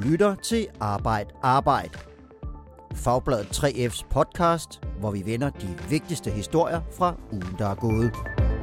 lytter til Arbejd. Fagbladet 3F's podcast, hvor vi vender de vigtigste historier fra ugen, der er gået.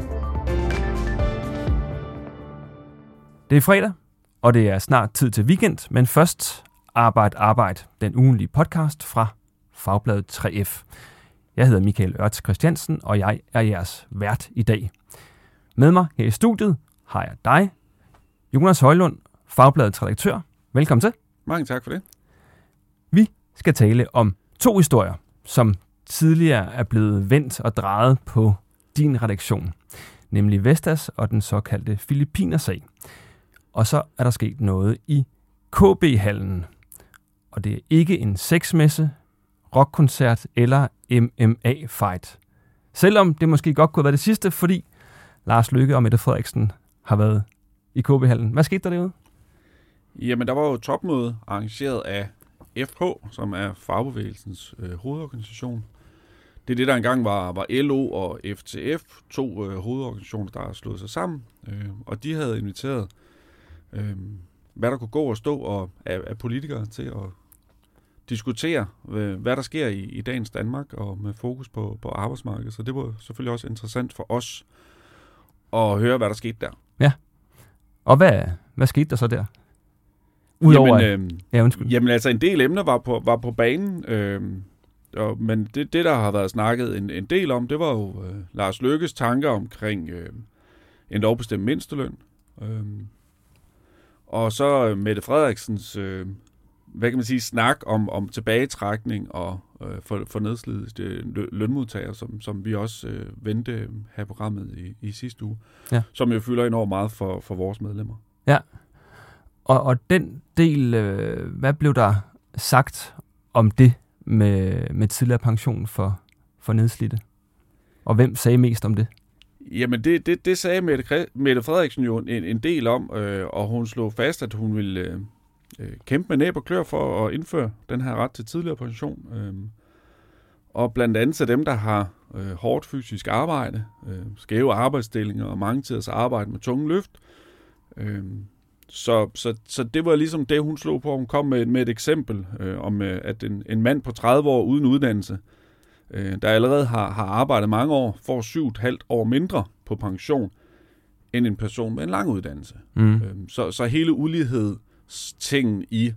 Det er fredag, og det er snart tid til weekend, men først Arbejd, den ugenlige podcast fra Fagbladet 3F. Jeg hedder Michael Ørts Christiansen, og jeg er jeres vært i dag. Med mig her i studiet har jeg dig, Jonas Højlund, Fagbladets redaktør. Velkommen til. Mange tak for det. Vi skal tale om 2 historier, som tidligere er blevet vendt og drejet på din redaktion, nemlig Vestas og den såkaldte Filippinersag. Og så er der sket noget i KB-hallen, og det er ikke en sexmesse, rockkoncert eller MMA-fight. Selvom det måske godt kunne være det sidste, fordi Lars Løkke og Mette Frederiksen har været i KB-hallen. Hvad skete der derude? Jamen, der var jo topmøde arrangeret af FH, som er fagbevægelsens hovedorganisation. Det er det, der engang var LO og FTF, 2 hovedorganisationer, der har slået sig sammen. Og de havde inviteret, hvad der kunne gå og stå af politikere til at diskutere, hvad der sker i dagens Danmark, og med fokus på arbejdsmarkedet. Så det var selvfølgelig også interessant for os at høre, hvad der skete der. Ja, og hvad skete der så der? Jamen altså, en del emner var på banen, men det, der har været snakket en del om, det var jo Lars Løkkes tanker omkring en lovbestemt mindsteløn. Og så Mette Frederiksens, hvad kan man sige, snak om tilbagetrækning og for nedslidte lønmodtagere, som vi også vendte her programmet i sidste uge, som jo fylder enormt meget for vores medlemmer. Ja, og den del, hvad blev der sagt om det med tidligere pension for nedslidte? Og hvem sagde mest om det? Jamen, det sagde Mette Frederiksen jo en del om, og hun slog fast, at hun ville kæmpe med næb og klør for at indføre den her ret til tidligere pension. Og blandt andet til dem, der har hårdt fysisk arbejde, skæve arbejdsstillinger og mange tiders arbejde med tunge løft. Så det var ligesom det, hun slog på. Hun kom med et eksempel om, at en mand på 30 år uden uddannelse, der allerede har arbejdet mange år, får 7,5 år mindre på pension, end en person med en lang uddannelse. Så hele ulighedstingen i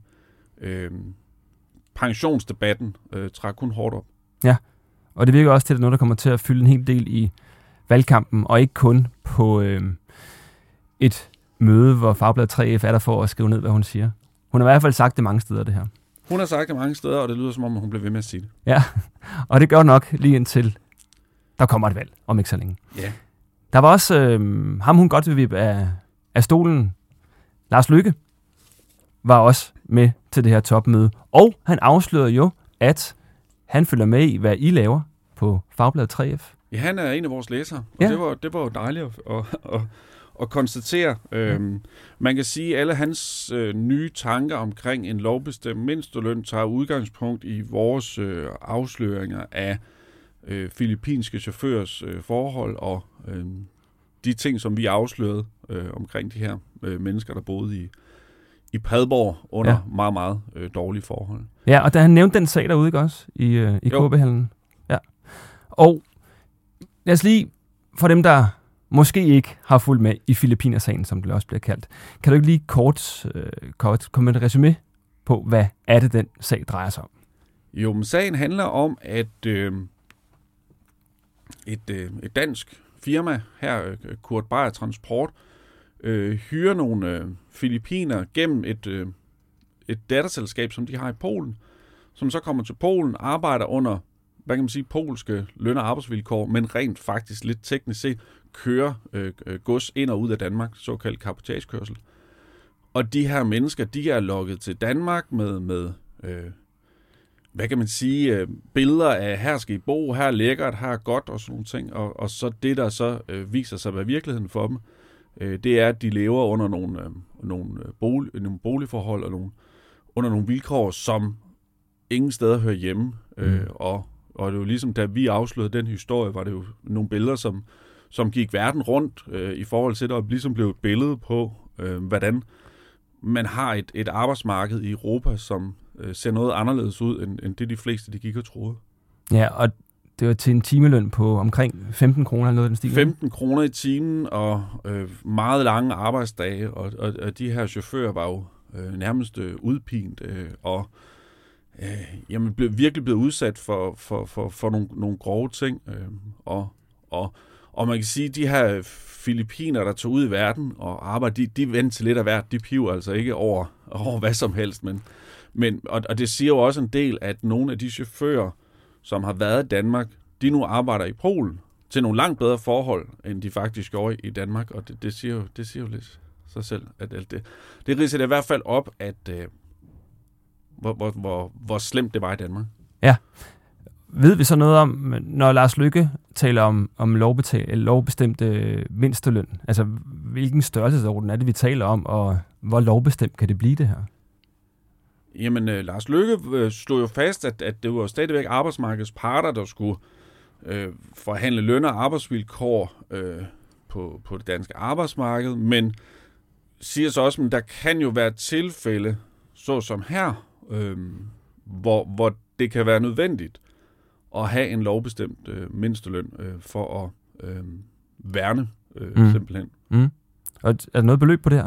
pensionsdebatten trækker kun hårdt op. Ja, og det virker også til, at noget, der kommer til at fylde en hel del i valgkampen, og ikke kun på et møde, hvor Fagbladet 3F er der for at skrive ned, hvad hun siger. Hun har i hvert fald sagt det mange steder, det her. Hun har sagt det mange steder, og det lyder som om, hun bliver ved med at sige det. Ja, og det gør nok lige indtil der kommer et valg om ikke så længe. Ja. Der var også ham, hun godt vil vippe af stolen. Lars Løkke var også med til det her topmøde, og han afslørede jo, at han følger med i, hvad I laver på Fagbladet 3F. Ja, han er en af vores læsere, og det var jo dejligt at konstatere. Man kan sige, at alle hans nye tanker omkring en lovbestemt mindsteløn tager udgangspunkt i vores afsløringer af filippinske chaufførers forhold og de ting, som vi afslørede omkring de her mennesker, der boede i Padborg under meget, meget dårlige forhold. Ja, og da han nævnte den sag derude, ikke også? I KB-hallen. Ja. Og lad os lige, for dem, der måske ikke har fulgt med i Filippinersagen, som det også bliver kaldt, kan du ikke lige kort komme med et resume på, hvad er det, den sag drejer sig om? Jo, men sagen handler om, at et dansk firma her, Kurt Beier Transport, hyrer nogle filippiner gennem et datterselskab, som de har i Polen, som så kommer til Polen, arbejder under, hvad kan man sige, polske løn- og arbejdsvilkår, men rent faktisk lidt teknisk set kører gods ind og ud af Danmark, såkaldt cabotagekørsel. Og de her mennesker, de er lokket til Danmark med hvad kan man sige, billeder af, her skal I bo, her er lækkert, her er godt og sådan nogle ting. Og så det, der så viser sig at være virkeligheden for dem, det er, at de lever under nogle boligforhold og under nogle vilkår, som ingen steder hører hjemme. Og det er jo ligesom, da vi afslørede den historie, var det jo nogle billeder, som gik verden rundt i forhold til det, og ligesom blev et billede på, hvordan man har et arbejdsmarked i Europa, som ser noget anderledes ud, end det de fleste de gik og troede. Ja, og det var til en timeløn på omkring 15 kroner eller noget af den stil. 15 kroner i timen og meget lange arbejdsdage, og de her chauffører var jo nærmest udpint og blev virkelig blevet udsat for nogle grove ting. Og man kan sige, at de her filippiner, der tog ud i verden og arbejder, de vendte til lidt af hvert. De piver altså ikke over hvad som helst. Og det siger jo også en del, at nogle af de chauffører, som har været i Danmark, de nu arbejder i Polen til nogle langt bedre forhold, end de faktisk gjorde i Danmark. Og det siger jo lidt sig selv, at det ridser det i hvert fald op, at hvor slemt det var i Danmark. Ja. Ved vi så noget om, når Lars Løkke taler om lovbestemte mindsteløn? Altså, hvilken størrelsesorden er det, vi taler om, og hvor lovbestemt kan det blive, det her? Jamen, Lars Løkke stod jo fast, at det var stadigvæk arbejdsmarkedets parter, der skulle forhandle løn- og arbejdsvilkår på det danske arbejdsmarked, men siger så også, at der kan jo være tilfælde, såsom her, hvor det kan være nødvendigt at have en lovbestemt mindsteløn for at værne simpelthen. Mm. Og er der noget beløb på det her?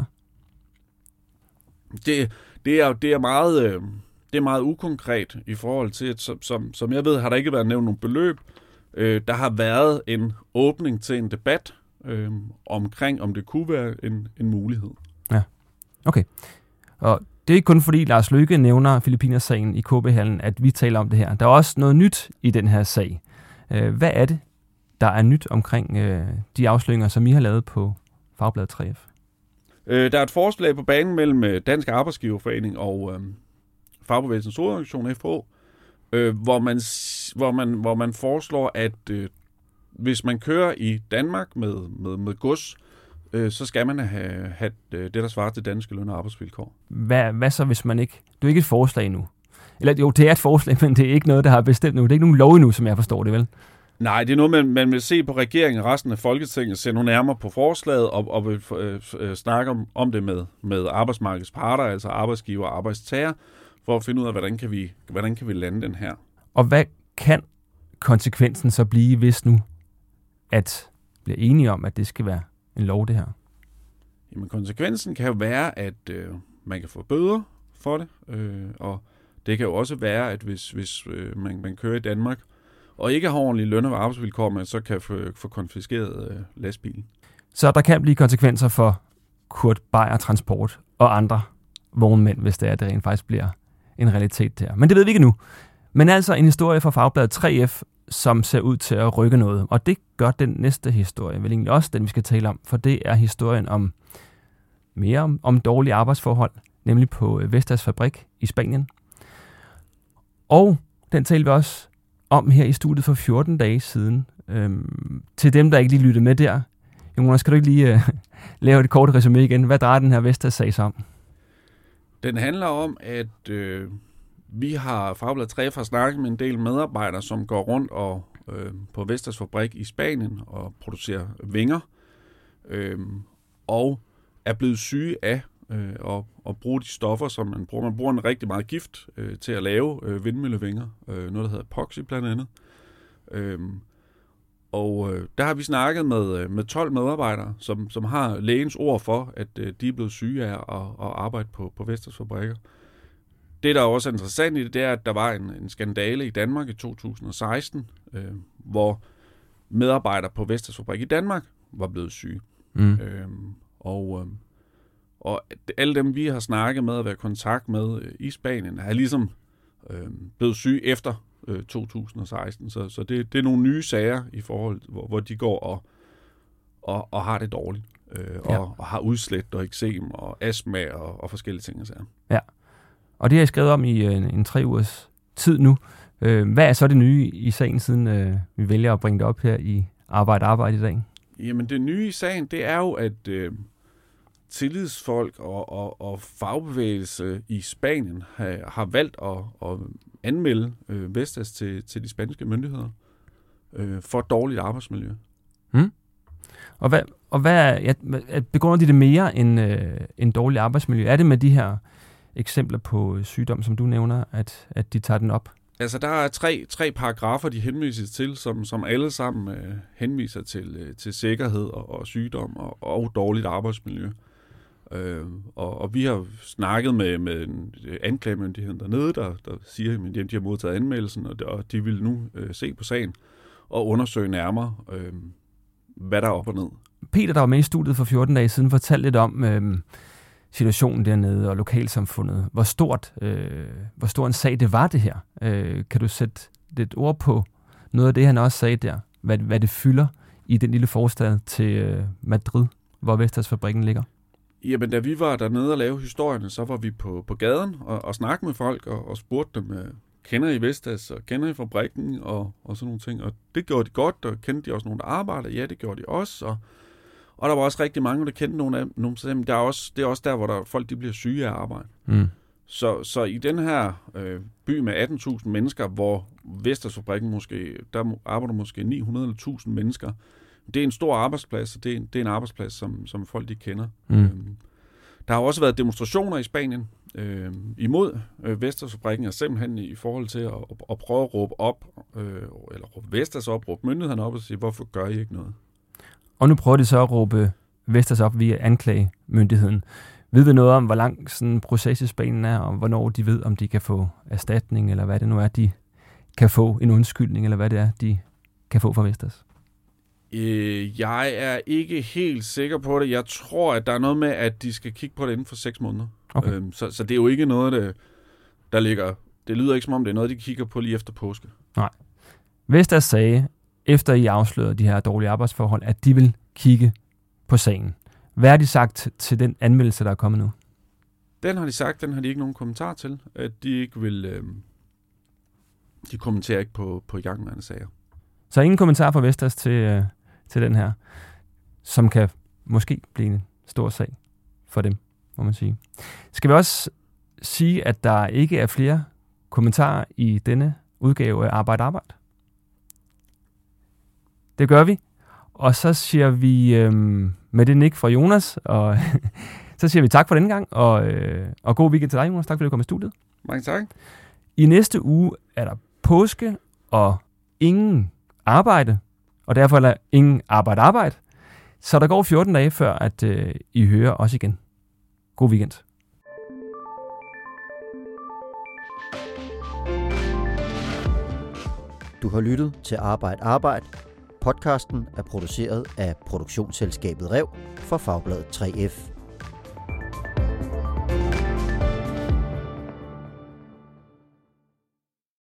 Det er meget ukonkret i forhold til, at som jeg ved, har der ikke været nævnt nogen beløb. Der har været en åbning til en debat omkring, om det kunne være en mulighed. Ja, okay. Og det er ikke kun fordi Lars Løkke nævner Filippinersagen i KB-hallen, at vi taler om det her. Der er også noget nyt i den her sag. Hvad er det, der er nyt omkring de afsløringer, som I har lavet på Fagbladet 3F? Der er et forslag på banen mellem Dansk Arbejdsgiverforening og Fagbevægelsens Hovedorganisation, FH, hvor man foreslår, at hvis man kører i Danmark med gods, så skal man have det, der svarer til danske løn- og arbejdsvilkår. Hvad så, hvis man ikke... Det er ikke et forslag nu. Eller jo, det er et forslag, men det er ikke noget, der har bestemt nu. Det er ikke nogen lov endnu, som jeg forstår det, vel? Nej, det er noget, man vil se på regeringen og resten af Folketinget, se nogle nærmere på forslaget og vil snakke om det med arbejdsmarkedets parter, altså arbejdsgiver og arbejdstager, for at finde ud af, hvordan kan vi lande den her. Og hvad kan konsekvensen så blive, hvis nu at bliver enige om, at det skal være en lov, det her? Jamen, konsekvensen kan jo være, at man kan få bøder for det, og det kan jo også være, at hvis man kører i Danmark, og ikke har ordentlige løn- og arbejdsvilkår, man så kan få konfiskeret lastbilen. Så der kan blive konsekvenser for Kurt Beier Transport og andre vognmænd, hvis det rent faktisk bliver en realitet der. Men det ved vi ikke nu. Men altså en historie fra Fagbladet 3F, som ser ud til at rykke noget. Og det gør den næste historie, vel egentlig også den, vi skal tale om, for det er historien om mere om dårlige arbejdsforhold, nemlig på Vestas fabrik i Spanien. Og den taler vi også om her i studiet for 14 dage siden. Til dem, der ikke lige lyttede med der, Jonas, skal du ikke lige lave et kort resumé igen? Hvad drejer den her Vestas-sag sig om? Den handler om, at vi har Fagbladet 3F har snakket med en del medarbejdere, som går rundt på Vestas fabrik i Spanien og producerer vinger, og er blevet syge af at bruge de stoffer, som man bruger. Man bruger en rigtig meget gift til at lave vindmøllevinger, noget der hedder epoxy blandt andet. Der har vi snakket med 12 medarbejdere, som har lægens ord for, at de er blevet syge af at arbejde på Vestas fabrikker. Det, der er også interessant i det, er, at der var en skandale i Danmark i 2016, hvor medarbejdere på Vestas fabrik i Danmark var blevet syge. Og alle dem, vi har snakket med og været i kontakt med i Spanien, er ligesom blevet syge efter 2016. Så det er nogle nye sager i forhold, hvor de går og har det dårligt. Og har udslæt og eksem og astma og forskellige ting. Ja, og det har jeg skrevet om i en 3 ugers tid nu. Hvad er så det nye i sagen, siden vi vælger at bringe det op her i Arbejde i dag? Jamen det nye i sagen, det er jo, at tillidsfolk og fagbevægelse i Spanien har valgt at anmelde Vestas til de spanske myndigheder for dårligt arbejdsmiljø. Og hvad begrunder de det mere end dårlig arbejdsmiljø? Er det med de her eksempler på sygdom, som du nævner, at de tager den op? Altså, der er tre paragrafer, de henviser til, som alle sammen henviser til sikkerhed og sygdom og dårligt arbejdsmiljø. Og vi har snakket med anklagemyndigheden dernede, der siger, at de har modtaget anmeldelsen, og de vil nu se på sagen og undersøge nærmere, hvad der er op og ned. Peter, der var med i studiet for 14 dage siden, fortalte lidt om situationen dernede og lokalsamfundet. Hvor stor en sag det var, det her? Kan du sætte lidt ord på noget af det, han også sagde der? Hvad det fylder i den lille forstad til Madrid, hvor Vestas-fabrikken ligger? Jamen, da vi var dernede og lavede historierne, så var vi på gaden og snakkede med folk og spurgte dem, kender I Vestas, og kender I fabrikken og sådan nogle ting. Og det gjorde de godt, og kendte de også nogen, der arbejder? Ja, det gjorde de også. Og der var også rigtig mange, der kendte nogle af dem. Det er også der, hvor folk de bliver syge af arbejde. Mm. Så i den her by med 18.000 mennesker, hvor Vestas-fabrikken måske, der arbejder måske 900 eller 1.000 mennesker. Det er en stor arbejdsplads, og det er en arbejdsplads, som folk de kender. Mm. Der har også været demonstrationer i Spanien imod Vestas-fabrikken, og simpelthen i forhold til at prøve at råbe op, eller råbe Vestas op, råbe myndighederne op og sige, hvorfor gør I ikke noget? Og nu prøver de så at råbe Vestas op via anklagemyndigheden. Ved vi noget om, hvor lang sådan en proces i Spanien er, og hvornår de ved, om de kan få erstatning, eller hvad det nu er, de kan få en undskyldning, eller hvad det er, de kan få fra Vestas? Jeg er ikke helt sikker på det. Jeg tror, at der er noget med, at de skal kigge på det inden for 6 måneder. Okay. Så det er jo ikke noget, der ligger... Det lyder ikke som om, det er noget, de kigger på lige efter påske. Nej. Vestas sagde, efter I afslørede de her dårlige arbejdsforhold, at de vil kigge på sagen. Hvad har de sagt til den anmeldelse, der er kommet nu? Den har de sagt, den har de ikke nogen kommentar til. At de ikke vil... De kommenterer ikke på igangværende sager. Så ingen kommentar fra Vestas til den her, som kan måske blive en stor sag for dem, må man sige. Skal vi også sige, at der ikke er flere kommentarer i denne udgave af Arbejde. Det gør vi. Og så siger vi med det nik fra Jonas, og så siger vi tak for denne gang, og god weekend til dig, Jonas. Tak fordi du kom i studiet. Mange tak. I næste uge er der påske og ingen arbejde, og derfor er der ingen arbejde. Så der går 14 dage før, at I hører os igen. God weekend. Du har lyttet til Arbejde. Podcasten er produceret af produktionsselskabet Rev for Fagbladet 3F.